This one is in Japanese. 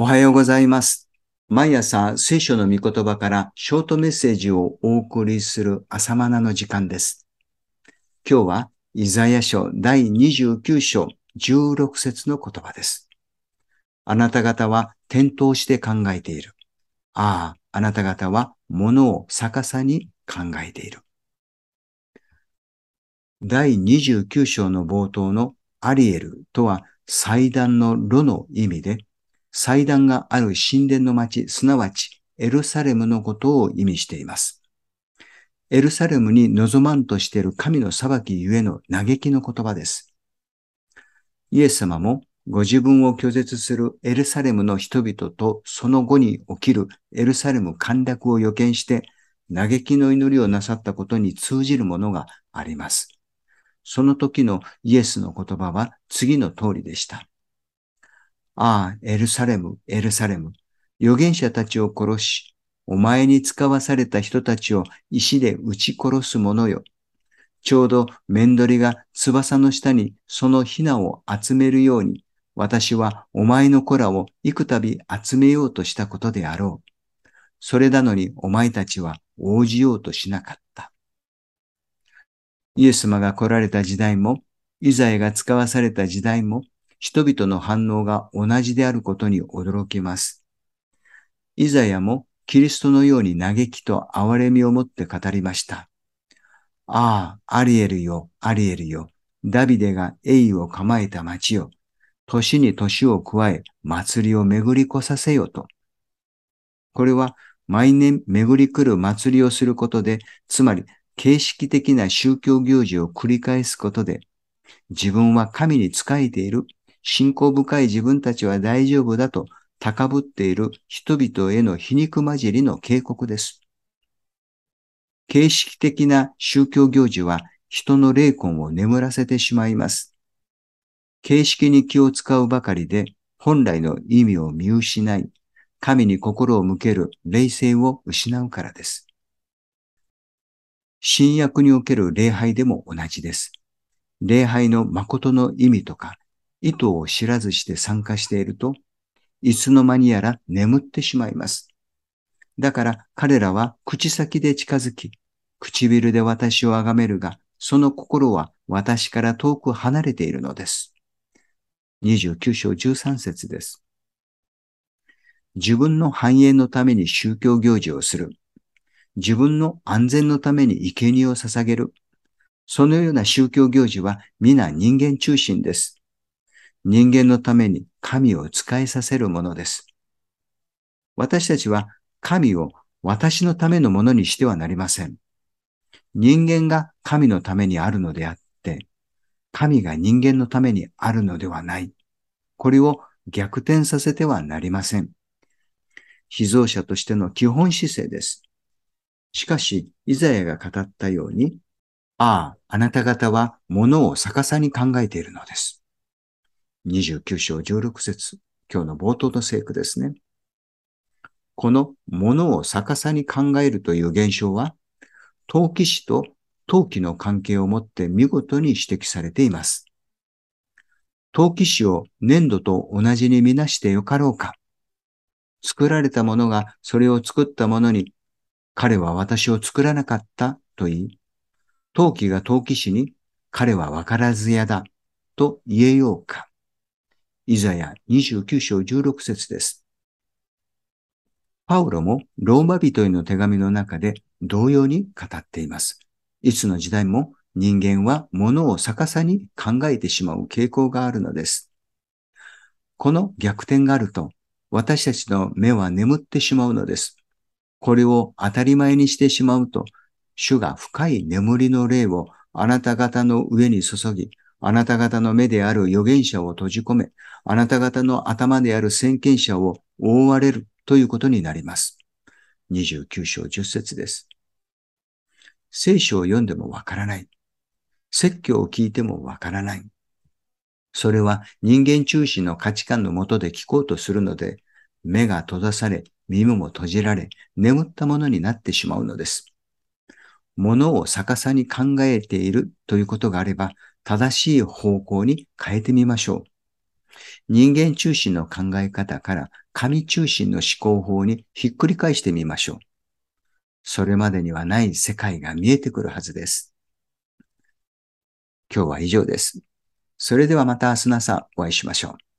おはようございます。毎朝聖書の御言葉からショートメッセージをお送りする朝マナの時間です。今日はイザヤ書第29章16節の言葉です。あなた方は転倒して考えている。ああ、あなた方は物を逆さに考えている。第29章の冒頭のアリエルとは祭壇の炉の意味で、祭壇がある神殿の町、すなわちエルサレムのことを意味しています。エルサレムに望まんとしている神の裁きゆえの嘆きの言葉です。イエス様もご自分を拒絶するエルサレムの人々とその後に起きるエルサレム陥落を予見して嘆きの祈りをなさったことに通じるものがあります。その時のイエスの言葉は次の通りでした。ああ、エルサレム、エルサレム。預言者たちを殺し、お前に使わされた人たちを石で撃ち殺す者よ。ちょうど面取りが翼の下にそのヒナを集めるように、私はお前の子らを幾度集めようとしたことであろう。それなのにお前たちは応じようとしなかった。イエス様が来られた時代も、イザヤが使わされた時代も、人々の反応が同じであることに驚きます。イザヤもキリストのように嘆きと憐れみを持って語りました。ああ、アリエルよ、アリエルよ。ダビデが栄誉を構えた町よ。年に年を加え、祭りを巡り越させよと。これは毎年巡り来る祭りをすることで、つまり形式的な宗教行事を繰り返すことで、自分は神に仕えている、信仰深い自分たちは大丈夫だと高ぶっている人々への皮肉混じりの警告です。形式的な宗教行事は人の霊魂を眠らせてしまいます。形式に気を使うばかりで本来の意味を見失い、神に心を向ける霊性を失うからです。新約における礼拝でも同じです。礼拝の誠の意味とか意図を知らずして参加していると、いつの間にやら眠ってしまいます。だから彼らは口先で近づき、唇で私を崇めるが、その心は私から遠く離れているのです。29章13節です。自分の繁栄のために宗教行事をする。自分の安全のために生贄を捧げる。そのような宗教行事は皆人間中心です。人間のために神を仕えさせるものです。私たちは神を私のためのものにしてはなりません。人間が神のためにあるのであって、神が人間のためにあるのではない。これを逆転させてはなりません。被造者としての基本姿勢です。しかし、イザヤが語ったように、ああ、あなた方は物を逆さに考えているのです。29章16節、今日の冒頭の聖句ですね。この物を逆さに考えるという現象は、陶器師と陶器の関係をもって見事に指摘されています。陶器師を粘土と同じにみなしてよかろうか。作られたものがそれを作ったものに、彼は私を作らなかったと言い、陶器が陶器師に、彼はわからずやだと言えようか。イザヤ29章16節です。パウロもローマ人への手紙の中で同様に語っています。いつの時代も人間は物を逆さに考えてしまう傾向があるのです。この逆転があると、私たちの目は眠ってしまうのです。これを当たり前にしてしまうと、主が深い眠りの霊をあなた方の上に注ぎ、あなた方の目である預言者を閉じ込め、あなた方の頭である先見者を覆われるということになります。29章10節です。聖書を読んでもわからない。説教を聞いてもわからない。それは人間中心の価値観のもとで聞こうとするので、目が閉ざされ、耳も閉じられ、眠ったものになってしまうのです。物を逆さに考えているということがあれば、正しい方向に変えてみましょう。 人間中心の考え方から神中心の思考法にひっくり返してみましょう。それまでにはない世界が見えてくるはずです。今日は以上です。それではまた明日の朝お会いしましょう。